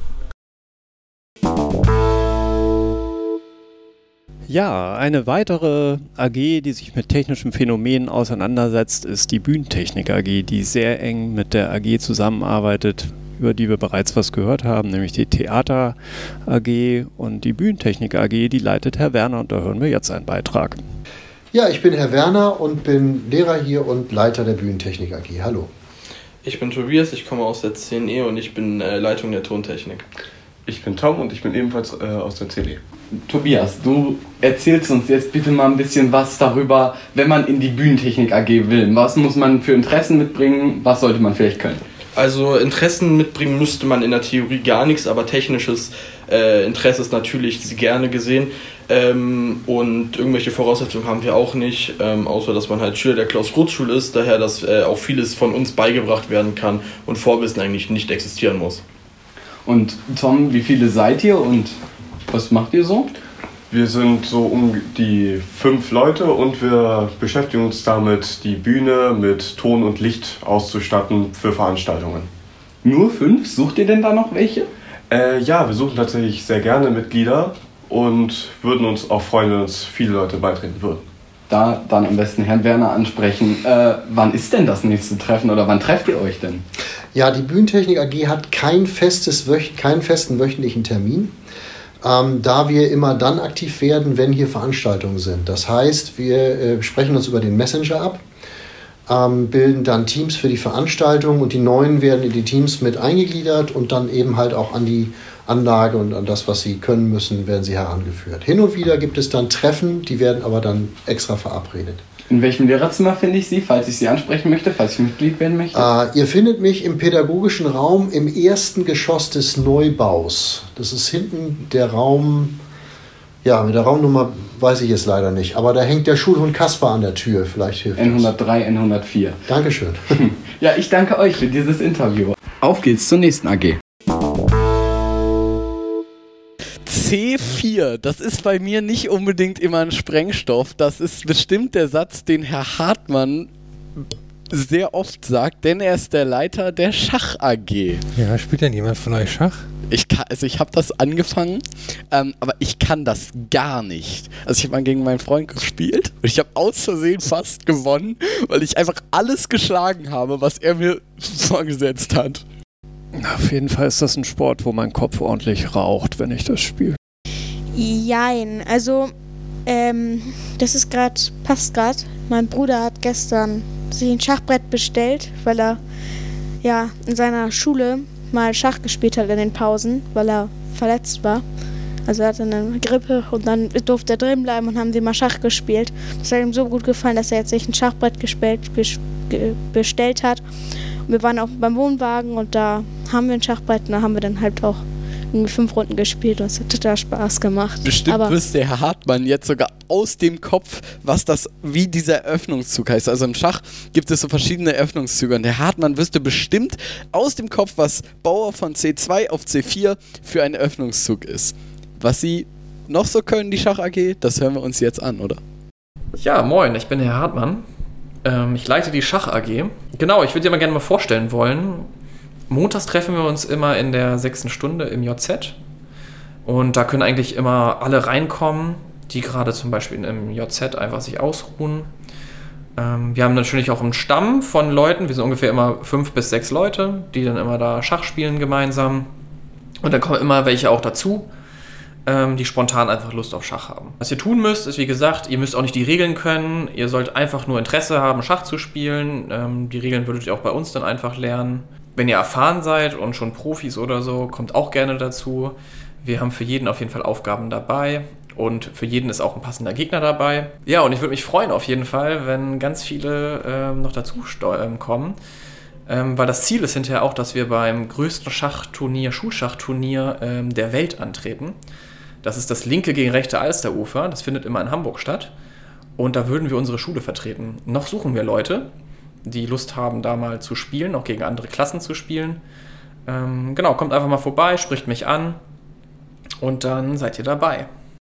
Ja, eine weitere A G, die sich mit technischen Phänomenen auseinandersetzt, ist die Bühnentechnik A G, die sehr eng mit der A G zusammenarbeitet, über die wir bereits was gehört haben, nämlich die Theater A G und die Bühnentechnik A G, die leitet Herr Werner und da hören wir jetzt einen Beitrag. Ja, ich bin Herr Werner und bin Lehrer hier und Leiter der Bühnentechnik A G. Hallo. Ich bin Tobias, ich komme aus der zehn E und ich bin äh, Leitung der Tontechnik. Ich bin Tom und ich bin ebenfalls äh, aus der zehn E. Tobias, du erzählst uns jetzt bitte mal ein bisschen was darüber, wenn man in die Bühnentechnik A G will. Was muss man für Interessen mitbringen? Was sollte man vielleicht können? Also Interessen mitbringen müsste man in der Theorie gar nichts, aber technisches äh, Interesse ist natürlich gerne gesehen. Ähm, und irgendwelche Voraussetzungen haben wir auch nicht, ähm, außer dass man halt Schüler der Klaus-Groth-Schule ist, daher, dass äh, auch vieles von uns beigebracht werden kann und Vorwissen eigentlich nicht existieren muss. Und Tom, wie viele seid ihr und was macht ihr so? Wir sind so um die fünf Leute und wir beschäftigen uns damit, die Bühne mit Ton und Licht auszustatten für Veranstaltungen. Nur fünf? Sucht ihr denn da noch welche? Äh, ja, wir suchen tatsächlich sehr gerne Mitglieder und würden uns auch freuen, wenn uns viele Leute beitreten würden. Da dann am besten Herrn Werner ansprechen. Äh, wann ist denn das nächste Treffen oder wann trefft ihr euch denn? Ja, die Bühnentechnik A G hat kein festes, keinen festen wöchentlichen Termin, ähm, da wir immer dann aktiv werden, wenn hier Veranstaltungen sind. Das heißt, wir äh, sprechen uns über den Messenger ab, ähm, bilden dann Teams für die Veranstaltung und die Neuen werden in die Teams mit eingegliedert und dann eben halt auch an die Anlage und an das, was sie können müssen, werden sie herangeführt. Hin und wieder gibt es dann Treffen, die werden aber dann extra verabredet. In welchem Lehrerzimmer finde ich Sie, falls ich Sie ansprechen möchte, falls ich Mitglied werden möchte? Äh, ihr findet mich im pädagogischen Raum im ersten Geschoss des Neubaus. Das ist hinten der Raum, ja, mit der Raumnummer weiß ich jetzt leider nicht, aber da hängt der Schulhund Kasper an der Tür, vielleicht hilft N hundertdrei, N hundertvier. Dankeschön. Ja, ich danke euch für dieses Interview. Auf geht's zur nächsten A G. C vier, das ist bei mir nicht unbedingt immer ein Sprengstoff. Das ist bestimmt der Satz, den Herr Hartmann sehr oft sagt, denn er ist der Leiter der Schach-A G. Ja, spielt denn jemand von euch Schach? Ich kann, also ich habe das angefangen, ähm, aber ich kann das gar nicht. Also ich habe mal gegen meinen Freund gespielt und ich habe aus Versehen fast gewonnen, weil ich einfach alles geschlagen habe, was er mir vorgesetzt hat. Auf jeden Fall ist das ein Sport, wo mein Kopf ordentlich raucht, wenn ich das spiele. Jein, also ähm, das ist gerade, passt gerade. Mein Bruder hat gestern sich ein Schachbrett bestellt, weil er ja in seiner Schule mal Schach gespielt hat in den Pausen, weil er verletzt war. Also er hatte eine Grippe und dann durfte er drin bleiben und haben sie mal Schach gespielt. Das hat ihm so gut gefallen, dass er jetzt sich ein Schachbrett gespielt, ges- bestellt hat. Und wir waren auch beim Wohnwagen und da haben wir ein Schachbrett und da haben wir dann halt auch irgendwie fünf Runden gespielt und es hat total Spaß gemacht. Bestimmt Aber wüsste Herr Hartmann jetzt sogar aus dem Kopf, was das, wie dieser Eröffnungszug heißt. Also im Schach gibt es so verschiedene Eröffnungszüge und Herr Hartmann wüsste bestimmt aus dem Kopf, was Bauer von C zwei auf C vier für ein Eröffnungszug ist. Was Sie noch so können, die Schach-A G, das hören wir uns jetzt an, oder? Ja, moin, ich bin Herr Hartmann. Ähm, ich leite die Schach-A G. Genau, ich würde dir mal gerne mal vorstellen wollen. Montags treffen wir uns immer in der sechsten Stunde im J Z. Und da können eigentlich immer alle reinkommen, die gerade zum Beispiel im J Z einfach sich ausruhen. Ähm, wir haben natürlich auch einen Stamm von Leuten. Wir sind ungefähr immer fünf bis sechs Leute, die dann immer da Schach spielen gemeinsam. Und dann kommen immer welche auch dazu, ähm, die spontan einfach Lust auf Schach haben. Was ihr tun müsst, ist wie gesagt, ihr müsst auch nicht die Regeln können. Ihr sollt einfach nur Interesse haben, Schach zu spielen. Ähm, die Regeln würdet ihr auch bei uns dann einfach lernen. Wenn ihr erfahren seid und schon Profis oder so, kommt auch gerne dazu. Wir haben für jeden auf jeden Fall Aufgaben dabei und für jeden ist auch ein passender Gegner dabei. Ja, und ich würde mich freuen auf jeden Fall, wenn ganz viele ähm, noch dazu steuern kommen, ähm, weil das Ziel ist hinterher auch, dass wir beim größten Schachturnier, Schulschachturnier ähm, der Welt antreten. Das ist das linke gegen rechte Alsterufer. Das findet immer in Hamburg statt und da würden wir unsere Schule vertreten. Noch suchen wir Leute, die Lust haben, da mal zu spielen, auch gegen andere Klassen zu spielen. Ähm, genau, kommt einfach mal vorbei, spricht mich an und dann seid ihr dabei.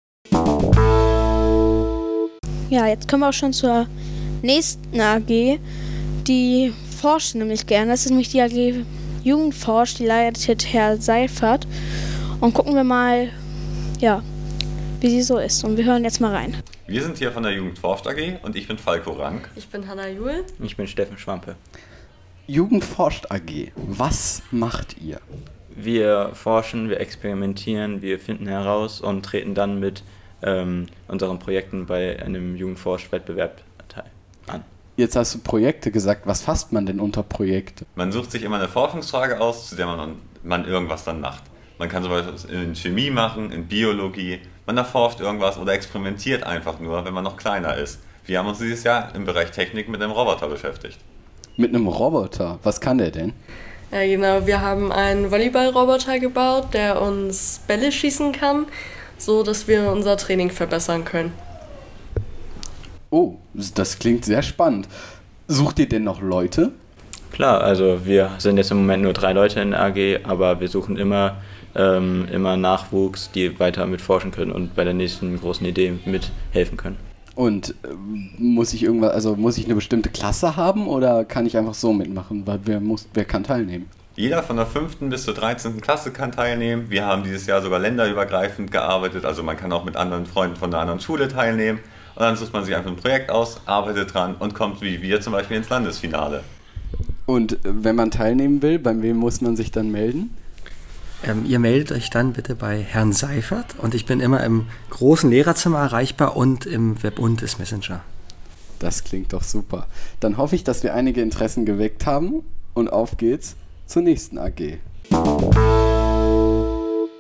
ja, jetzt kommen wir auch schon zur nächsten A G. Die forscht nämlich gerne. Das ist nämlich die A G Jugendforsch, die leitet Herr Seifert. Und gucken wir mal, ja, wie sie so ist. Und wir hören jetzt mal rein. Wir sind hier von der Jugendforscht A G und ich bin Falco Rank. Ich bin Hanna Juhl. Ich bin Steffen Schwampe. Jugendforscht A G, was macht ihr? Wir forschen, wir experimentieren, wir finden heraus und treten dann mit ähm, unseren Projekten bei einem Jugendforscht-Wettbewerb an. Jetzt hast du Projekte gesagt. Was fasst man denn unter Projekte? Man sucht sich immer eine Forschungsfrage aus, zu der man, man irgendwas dann macht. Man kann zum Beispiel in Chemie machen, in Biologie. Man erforscht irgendwas oder experimentiert einfach nur, wenn man noch kleiner ist. Wir haben uns dieses Jahr im Bereich Technik mit einem Roboter beschäftigt. Mit einem Roboter? Was kann der denn? Ja, genau. Wir haben einen Volleyball-Roboter gebaut, der uns Bälle schießen kann, so dass wir unser Training verbessern können. Oh, das klingt sehr spannend. Sucht ihr denn noch Leute? Klar, also wir sind jetzt im Moment nur drei Leute in der A G, aber wir suchen immer, ähm, immer Nachwuchs, die weiter mitforschen können und bei der nächsten großen Idee mithelfen können. Und äh, muss ich irgendwas, also muss ich eine bestimmte Klasse haben oder kann ich einfach so mitmachen? Weil wer muss, wer kann teilnehmen? Jeder von der fünften bis zur dreizehnten Klasse kann teilnehmen. Wir haben dieses Jahr sogar länderübergreifend gearbeitet, also man kann auch mit anderen Freunden von einer anderen Schule teilnehmen. Und dann sucht man sich einfach ein Projekt aus, arbeitet dran und kommt wie wir zum Beispiel ins Landesfinale. Und wenn man teilnehmen will, bei wem muss man sich dann melden? Ähm, ihr meldet euch dann bitte bei Herrn Seifert und ich bin immer im großen Lehrerzimmer erreichbar und im Web und des Messenger. Das klingt doch super. Dann hoffe ich, dass wir einige Interessen geweckt haben und auf geht's zur nächsten A G.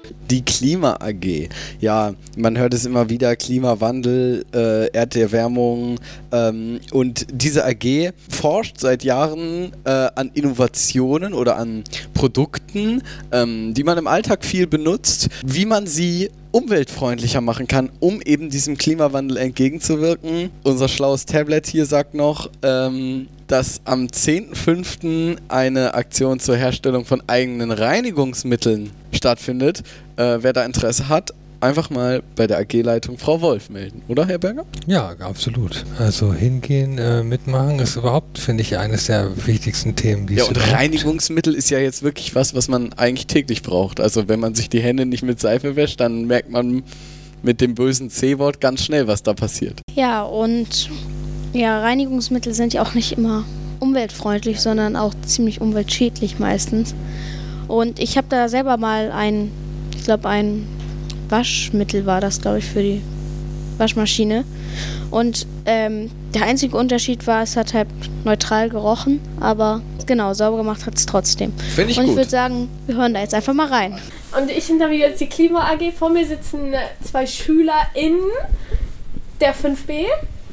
Die Klima-A G. Ja, man hört es immer wieder, Klimawandel, äh, Erderwärmung ähm, und diese A G forscht seit Jahren äh, an Innovationen oder an Produkten, ähm, die man im Alltag viel benutzt, wie man sie umweltfreundlicher machen kann, um eben diesem Klimawandel entgegenzuwirken. Unser schlaues Tablet hier sagt noch, ähm, dass am zehnten fünften eine Aktion zur Herstellung von eigenen Reinigungsmitteln stattfindet. Äh, wer da Interesse hat, einfach mal bei der A G-Leitung Frau Wolf melden, oder Herr Berger? Ja, absolut. Also hingehen, äh, mitmachen ist überhaupt, finde ich, eines der wichtigsten Themen, die Ja, es und überhaupt- Reinigungsmittel ist ja jetzt wirklich was, was man eigentlich täglich braucht. Also wenn man sich die Hände nicht mit Seife wäscht, dann merkt man mit dem bösen C-Wort ganz schnell, was da passiert. Ja, und ja, Reinigungsmittel sind ja auch nicht immer umweltfreundlich, sondern auch ziemlich umweltschädlich meistens. Und ich habe da selber mal ein, ich glaube ein Waschmittel war das, glaube ich, für die Waschmaschine. Und ähm, der einzige Unterschied war, es hat halt neutral gerochen, aber genau, sauber gemacht hat es trotzdem. Find ich Und ich gut. würde sagen, wir hören da jetzt einfach mal rein. Und ich interviewe jetzt die Klima-A G. Vor mir sitzen äh, zwei SchülerInnen der fünf B.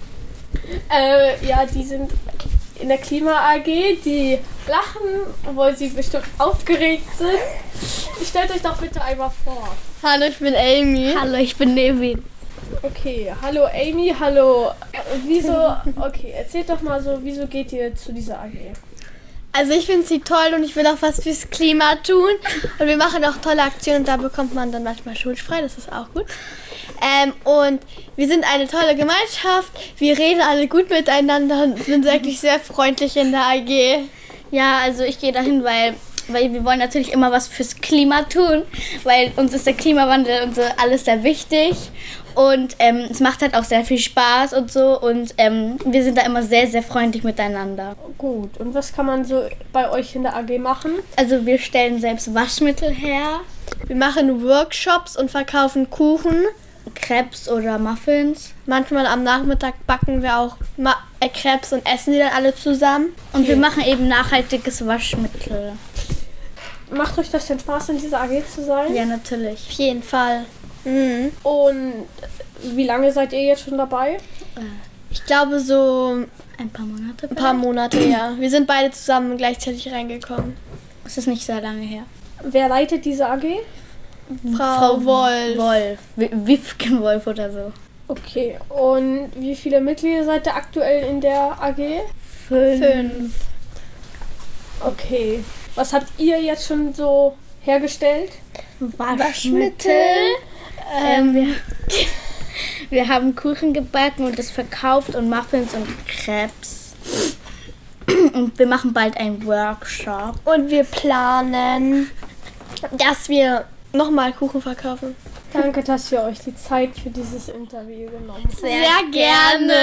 Äh, ja, die sind in der Klima-A G, die lachen, obwohl sie bestimmt aufgeregt sind. Stellt euch doch bitte einmal vor. Hallo, ich bin Amy. Hallo, ich bin Nevin. Okay, hallo Amy, hallo. Äh, Wieso, okay, erzählt doch mal so, wieso geht ihr zu dieser A G? Also ich finde sie toll und ich will auch was fürs Klima tun. Und wir machen auch tolle Aktionen und da bekommt man dann manchmal schulfrei, das ist auch gut. Ähm, und wir sind eine tolle Gemeinschaft, wir reden alle gut miteinander und sind wirklich sehr freundlich in der A G. Ja, also ich gehe dahin, weil, weil wir wollen natürlich immer was fürs Klima tun, weil uns ist der Klimawandel und so alles sehr wichtig. Und ähm, es macht halt auch sehr viel Spaß und so und ähm, wir sind da immer sehr, sehr freundlich miteinander. Gut, und was kann man so bei euch in der A G machen? Also wir stellen selbst Waschmittel her. Wir machen Workshops und verkaufen Kuchen. Crepes oder Muffins. Manchmal am Nachmittag backen wir auch Ma- äh, Crepes und essen die dann alle zusammen. Und wir machen eben nachhaltiges Waschmittel. Macht euch das denn Spaß, in dieser A G zu sein? Ja, natürlich. Auf jeden Fall. Mhm. Und wie lange seid ihr jetzt schon dabei? Ich glaube so ein paar Monate. Ein paar Monate, ja. Wir sind beide zusammen gleichzeitig reingekommen. Es ist nicht sehr lange her. Wer leitet diese A G? Frau, Frau Wolf. Wolf. Wifken Wolf oder so. Okay, und wie viele Mitglieder seid ihr aktuell in der A G? Fünf. Okay. Was habt ihr jetzt schon so hergestellt? Waschmittel. Ähm, wir, wir haben Kuchen gebacken und das verkauft und Muffins und Crepes. Und wir machen bald einen Workshop. Und wir planen, dass wir nochmal Kuchen verkaufen. Danke, dass ihr euch die Zeit für dieses Interview genommen habt. Sehr gerne.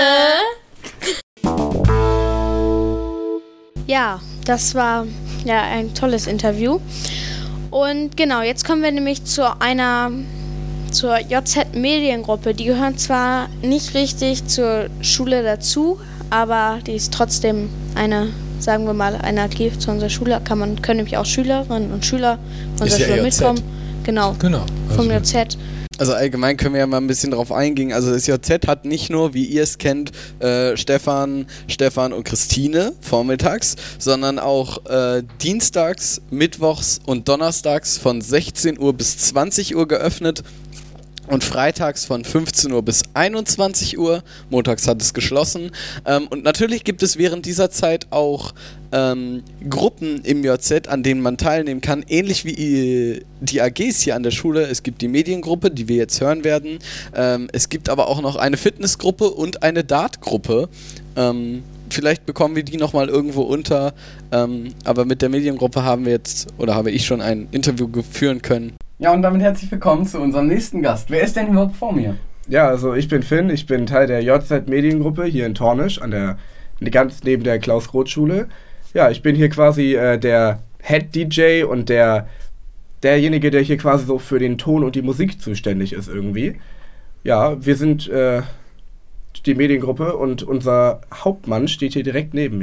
Ja, das war ja ein tolles Interview. Und genau, jetzt kommen wir nämlich zu einer, zur J Z Mediengruppe. Die gehören zwar nicht richtig zur Schule dazu, aber die ist trotzdem eine, sagen wir mal, eine A G zu unserer Schule. Kann man, können nämlich auch Schülerinnen und Schüler unserer ja Schule J Z. mitkommen. Genau, Genau. vom Also, J Z. Also allgemein können wir ja mal ein bisschen drauf eingehen. Also das J Z hat nicht nur, wie ihr es kennt, äh, Stefan, Stefan und Christine vormittags, sondern auch äh, dienstags, mittwochs und donnerstags von sechzehn Uhr bis zwanzig Uhr geöffnet. Und freitags von fünfzehn Uhr bis einundzwanzig Uhr. Montags hat es geschlossen. Ähm, und natürlich gibt es während dieser Zeit auch ähm, Gruppen im J Z, an denen man teilnehmen kann. Ähnlich wie äh, die A Gs hier an der Schule. Es gibt die Mediengruppe, die wir jetzt hören werden. Ähm, es gibt aber auch noch eine Fitnessgruppe und eine Dartgruppe. Ähm, vielleicht bekommen wir die nochmal irgendwo unter. Ähm, aber mit der Mediengruppe haben wir jetzt, oder habe ich schon ein Interview führen können. Ja, und damit herzlich willkommen zu unserem nächsten Gast. Wer ist denn überhaupt vor mir? Ja, also ich bin Finn, ich bin Teil der J Z Mediengruppe hier in Tornisch, an der, ganz neben der Klaus-Groth-Schule. Ja, ich bin hier quasi äh, der Head-D J und der derjenige, der hier quasi so für den Ton und die Musik zuständig ist irgendwie. Ja, wir sind äh, die Mediengruppe und unser Hauptmann steht hier direkt neben mir.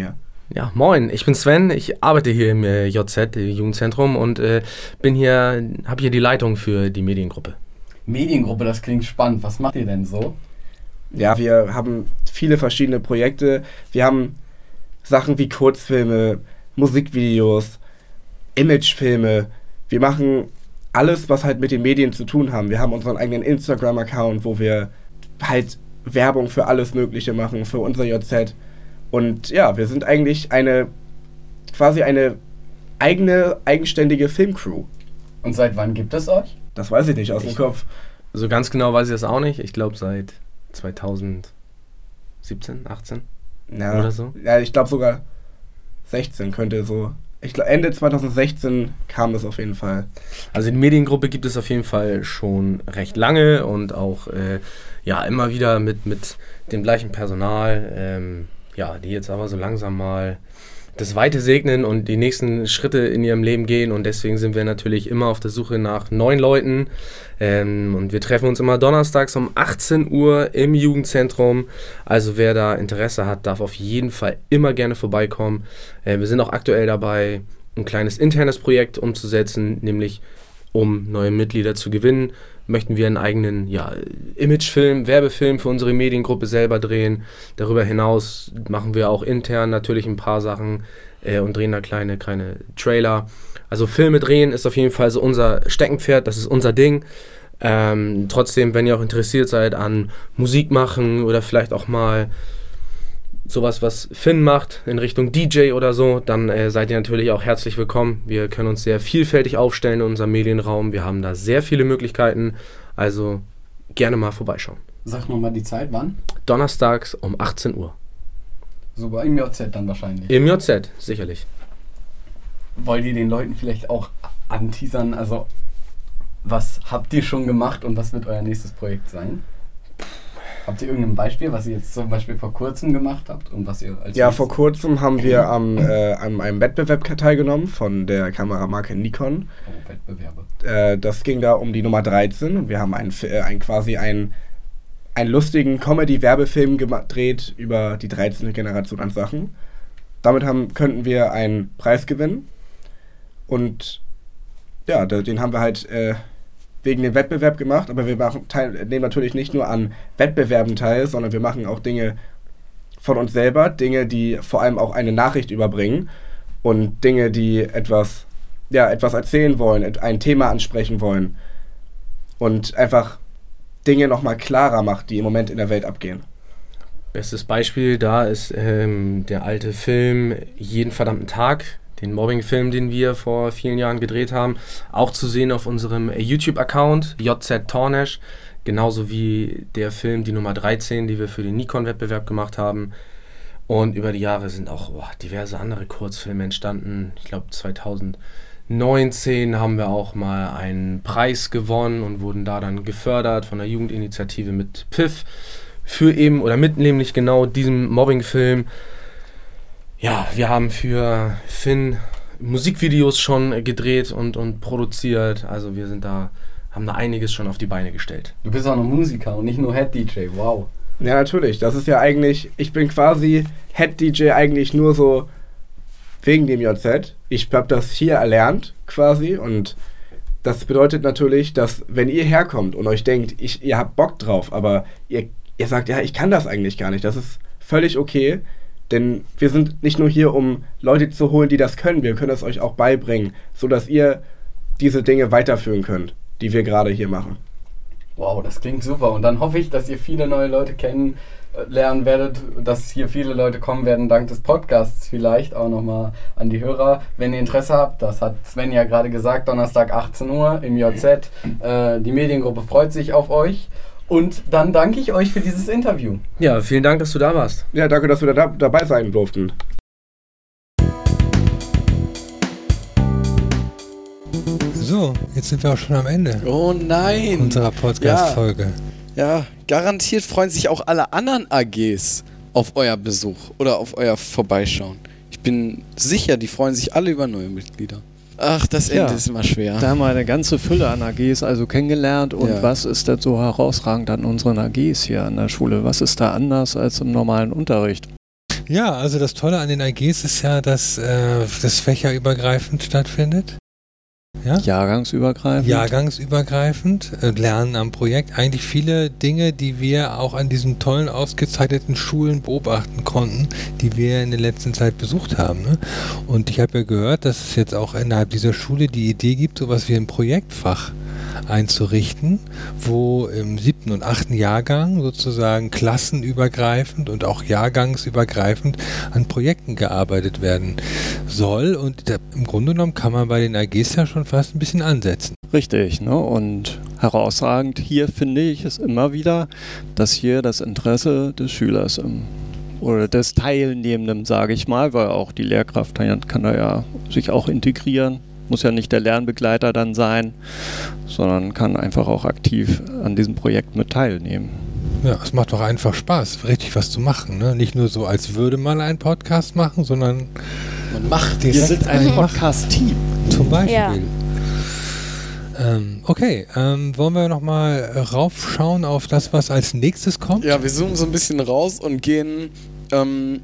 Ja, moin, ich bin Sven, ich arbeite hier im äh, J Z, äh, Jugendzentrum, und äh, bin hier, habe hier die Leitung für die Mediengruppe. Mediengruppe, das klingt spannend. Was macht ihr denn so? Ja, wir haben viele verschiedene Projekte. Wir haben Sachen wie Kurzfilme, Musikvideos, Imagefilme. Wir machen alles, was halt mit den Medien zu tun haben. Wir haben unseren eigenen Instagram-Account, wo wir halt Werbung für alles Mögliche machen, für unser J Z. Und ja, wir sind eigentlich eine, quasi eine eigene, eigenständige Filmcrew. Und seit wann gibt es euch? Das weiß ich nicht aus ich, dem Kopf. So ganz genau weiß ich das auch nicht. Ich glaube seit zweitausendsiebzehn, achtzehn ja, oder so. Ja, ich glaube sogar sechzehn könnte so. Ich glaube Ende zweitausendsechzehn kam das auf jeden Fall. Also die Mediengruppe gibt es auf jeden Fall schon recht lange und auch äh, ja immer wieder mit, mit dem gleichen Personal. Ähm, ja, die jetzt aber so langsam mal das Weite segnen und die nächsten Schritte in ihrem Leben gehen, und deswegen sind wir natürlich immer auf der Suche nach neuen Leuten, ähm, und wir treffen uns immer donnerstags um achtzehn Uhr im Jugendzentrum, also wer da Interesse hat, darf auf jeden Fall immer gerne vorbeikommen. Äh, wir sind auch aktuell dabei, ein kleines internes Projekt umzusetzen, nämlich um neue Mitglieder zu gewinnen, möchten wir einen eigenen ja, Imagefilm, Werbefilm für unsere Mediengruppe selber drehen. Darüber hinaus machen wir auch intern natürlich ein paar Sachen äh, und drehen da kleine, kleine Trailer. Also Filme drehen ist auf jeden Fall so unser Steckenpferd, das ist unser Ding. Ähm, trotzdem, wenn ihr auch interessiert seid an Musik machen oder vielleicht auch mal sowas, was Finn macht, in Richtung D J oder so, dann äh, seid ihr natürlich auch herzlich willkommen. Wir können uns sehr vielfältig aufstellen in unserem Medienraum. Wir haben da sehr viele Möglichkeiten, also gerne mal vorbeischauen. Sag nochmal die Zeit, wann? Donnerstags um achtzehn Uhr. Super, im J Z dann wahrscheinlich. Im J Z, sicherlich. Wollt ihr den Leuten vielleicht auch anteasern, also was habt ihr schon gemacht und was wird euer nächstes Projekt sein? Habt ihr irgendein Beispiel, was ihr jetzt zum Beispiel vor kurzem gemacht habt und was ihr als Ja, vor kurzem haben wir am, äh, an einem Wettbewerb teilgenommen von der Kameramarke Nikon. Oh, Wettbewerbe. Äh, das ging da um die Nummer dreizehn und wir haben ein, äh, ein, quasi einen, einen lustigen Comedy-Werbefilm gedreht über die dreizehnte Generation an Sachen. Damit haben, könnten wir einen Preis gewinnen und ja, den haben wir halt äh, wegen dem Wettbewerb gemacht, aber wir machen teil, nehmen natürlich nicht nur an Wettbewerben teil, sondern wir machen auch Dinge von uns selber, Dinge, die vor allem auch eine Nachricht überbringen und Dinge, die etwas, ja, etwas erzählen wollen, ein Thema ansprechen wollen und einfach Dinge nochmal klarer macht, die im Moment in der Welt abgehen. Bestes Beispiel da ist ähm, der alte Film Jeden verdammten Tag, den Mobbing-Film, den wir vor vielen Jahren gedreht haben, auch zu sehen auf unserem YouTube-Account J Z Tornesch, genauso wie der Film Die Nummer dreizehn, die wir für den Nikon-Wettbewerb gemacht haben. Und über die Jahre sind auch oh, diverse andere Kurzfilme entstanden. Ich glaube zweitausendneunzehn haben wir auch mal einen Preis gewonnen und wurden da dann gefördert von der Jugendinitiative mit P I F für eben oder mit nämlich genau diesem Mobbing-Film. Ja, wir haben für Finn Musikvideos schon gedreht und, und produziert. Also wir sind da, haben da einiges schon auf die Beine gestellt. Du bist auch noch Musiker und nicht nur Head D J, wow. Ja, natürlich. Das ist ja eigentlich, ich bin quasi Head D J eigentlich nur so wegen dem J Z. Ich habe das hier erlernt quasi und das bedeutet natürlich, dass wenn ihr herkommt und euch denkt, ich, ihr habt Bock drauf, aber ihr, ihr sagt, ja, ich kann das eigentlich gar nicht. Das ist völlig okay. Denn wir sind nicht nur hier, um Leute zu holen, die das können, wir können es euch auch beibringen, sodass ihr diese Dinge weiterführen könnt, die wir gerade hier machen. Wow, das klingt super. Und dann hoffe ich, dass ihr viele neue Leute kennenlernen werdet, dass hier viele Leute kommen werden, dank des Podcasts vielleicht auch nochmal an die Hörer. Wenn ihr Interesse habt, das hat Sven ja gerade gesagt, Donnerstag achtzehn Uhr im J Z. Äh, die Mediengruppe freut sich auf euch. Und dann danke ich euch für dieses Interview. Ja, vielen Dank, dass du da warst. Ja, danke, dass wir da dabei sein durften. So, jetzt sind wir auch schon am Ende. Oh nein. Unserer Podcast-Folge. Ja, ja, garantiert freuen sich auch alle anderen A Gs auf euer Besuch oder auf euer Vorbeischauen. Ich bin sicher, die freuen sich alle über neue Mitglieder. Ach, das Ende ja, ist immer schwer. Da haben wir eine ganze Fülle an A Gs also kennengelernt. Und ja. Was ist denn so herausragend an unseren A Gs hier an der Schule? Was ist da anders als im normalen Unterricht? Ja, also das Tolle an den A Gs ist ja, dass äh, das fächerübergreifend stattfindet. Ja? Jahrgangsübergreifend. Jahrgangsübergreifend, äh, Lernen am Projekt. Eigentlich viele Dinge, die wir auch an diesen tollen, ausgezeichneten Schulen beobachten konnten, die wir in der letzten Zeit besucht haben. Ne? Und ich habe ja gehört, dass es jetzt auch innerhalb dieser Schule die Idee gibt, sowas wie ein Projektfach einzurichten, wo im siebten und achten Jahrgang sozusagen klassenübergreifend und auch jahrgangsübergreifend an Projekten gearbeitet werden soll. Und da, im Grunde genommen kann man bei den A Gs ja schon fast ein bisschen ansetzen. Richtig, ne? Und herausragend hier finde ich es immer wieder, dass hier das Interesse des Schülers im, oder des Teilnehmenden, sage ich mal, weil auch die Lehrkraft kann, kann da ja sich auch integrieren. Muss ja nicht der Lernbegleiter dann sein, sondern kann einfach auch aktiv an diesem Projekt mit teilnehmen. Ja, es macht doch einfach Spaß, richtig was zu machen. Ne? Nicht nur so, als würde man einen Podcast machen, sondern man macht direkt. Wir sind ein Podcast-Team. Zum Beispiel. Ja. Ähm, okay, ähm, wollen wir nochmal raufschauen auf das, was als nächstes kommt? Ja, wir zoomen so ein bisschen raus und gehen ähm,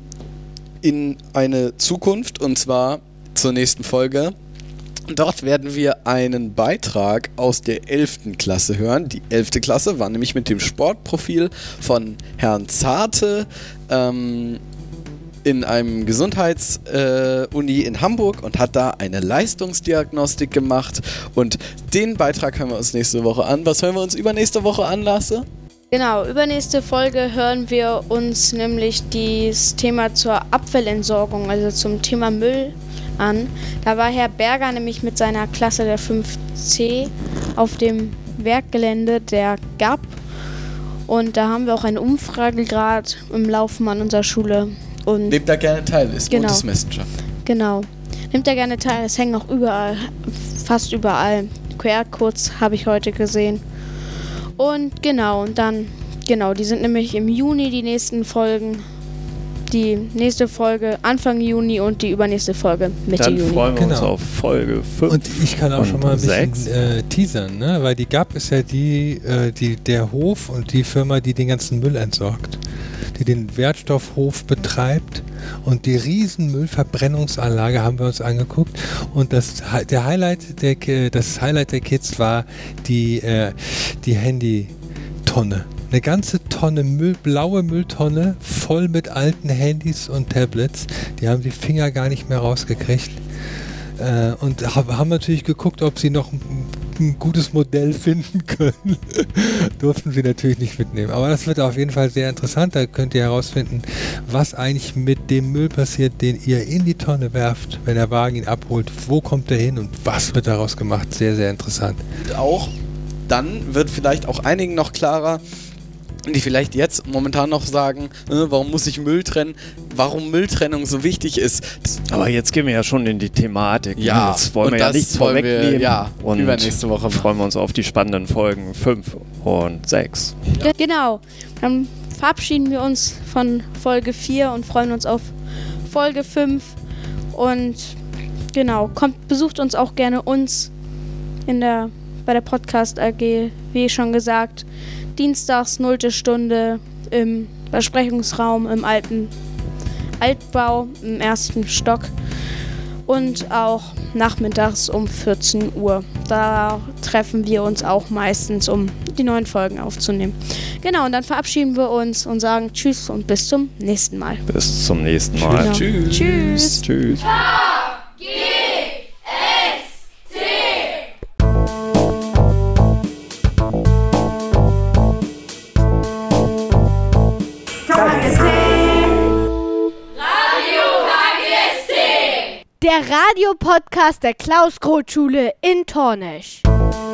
in eine Zukunft, und zwar zur nächsten Folge. Dort werden wir einen Beitrag aus der elften Klasse hören. Die elfte Klasse war nämlich mit dem Sportprofil von Herrn Zarte ähm, in einem Gesundheitsuni äh, in Hamburg und hat da eine Leistungsdiagnostik gemacht. Und den Beitrag hören wir uns nächste Woche an. Was hören wir uns übernächste Woche an, Lasse? Genau, übernächste Folge hören wir uns nämlich das Thema zur Abfallentsorgung, also zum Thema Müll, an. Da war Herr Berger nämlich mit seiner Klasse der fünf C auf dem Werkgelände der G A P. Und da haben wir auch eine Umfrage gerade im Laufen an unserer Schule. Und Nehmt da gerne teil, ist genau. gutes Messenger. Genau. Nimmt da gerne teil, es hängen auch überall, fast überall. Q R-Codes habe ich heute gesehen. Und genau, und dann, genau, die sind nämlich im Juni, die nächsten Folgen. Die nächste Folge Anfang Juni und die übernächste Folge Mitte Dann Juni. Dann freuen wir Genau. uns auf Folge fünf. Und ich kann auch schon mal ein bisschen äh, teasern, ne? Weil die G A P ist ja die, äh, die, der Hof und die Firma, die den ganzen Müll entsorgt, die den Wertstoffhof betreibt, und die riesen Müllverbrennungsanlage haben wir uns angeguckt, und das, der Highlight der, das Highlight der Kids war die, äh, die Handytonne. Eine ganze Tonne Müll, blaue Mülltonne, voll mit alten Handys und Tablets. Die haben die Finger gar nicht mehr rausgekriegt. Äh, und hab, haben natürlich geguckt, ob sie noch ein, ein gutes Modell finden können. Durften sie natürlich nicht mitnehmen. Aber das wird auf jeden Fall sehr interessant. Da könnt ihr herausfinden, was eigentlich mit dem Müll passiert, den ihr in die Tonne werft, wenn der Wagen ihn abholt. Wo kommt er hin und was wird daraus gemacht? Sehr, sehr interessant. Und auch dann wird vielleicht auch einigen noch klarer, die vielleicht jetzt momentan noch sagen, äh, warum muss ich Müll trennen, warum Mülltrennung so wichtig ist. Aber jetzt gehen wir ja schon in die Thematik. Ja, jetzt wollen und wir ja das nichts wollen wir, vorwegnehmen. ja, und übernächste Woche machen. freuen wir uns auf die spannenden Folgen fünf und sechs. Ja. Genau, dann verabschieden wir uns von Folge vier und freuen uns auf Folge fünf. Und genau, kommt, besucht uns auch gerne uns in der, bei der Podcast A G, wie schon gesagt. Dienstags nullte Stunde im Besprechungsraum im alten Altbau im ersten Stock und auch nachmittags um vierzehn Uhr. Da treffen wir uns auch meistens, um die neuen Folgen aufzunehmen. Genau, und dann verabschieden wir uns und sagen Tschüss und bis zum nächsten Mal. Bis zum nächsten Mal. Genau. Tschüss. Tschüss. Tschüss. Der Radiopodcast der Klaus-Groth-Schule in Tornisch.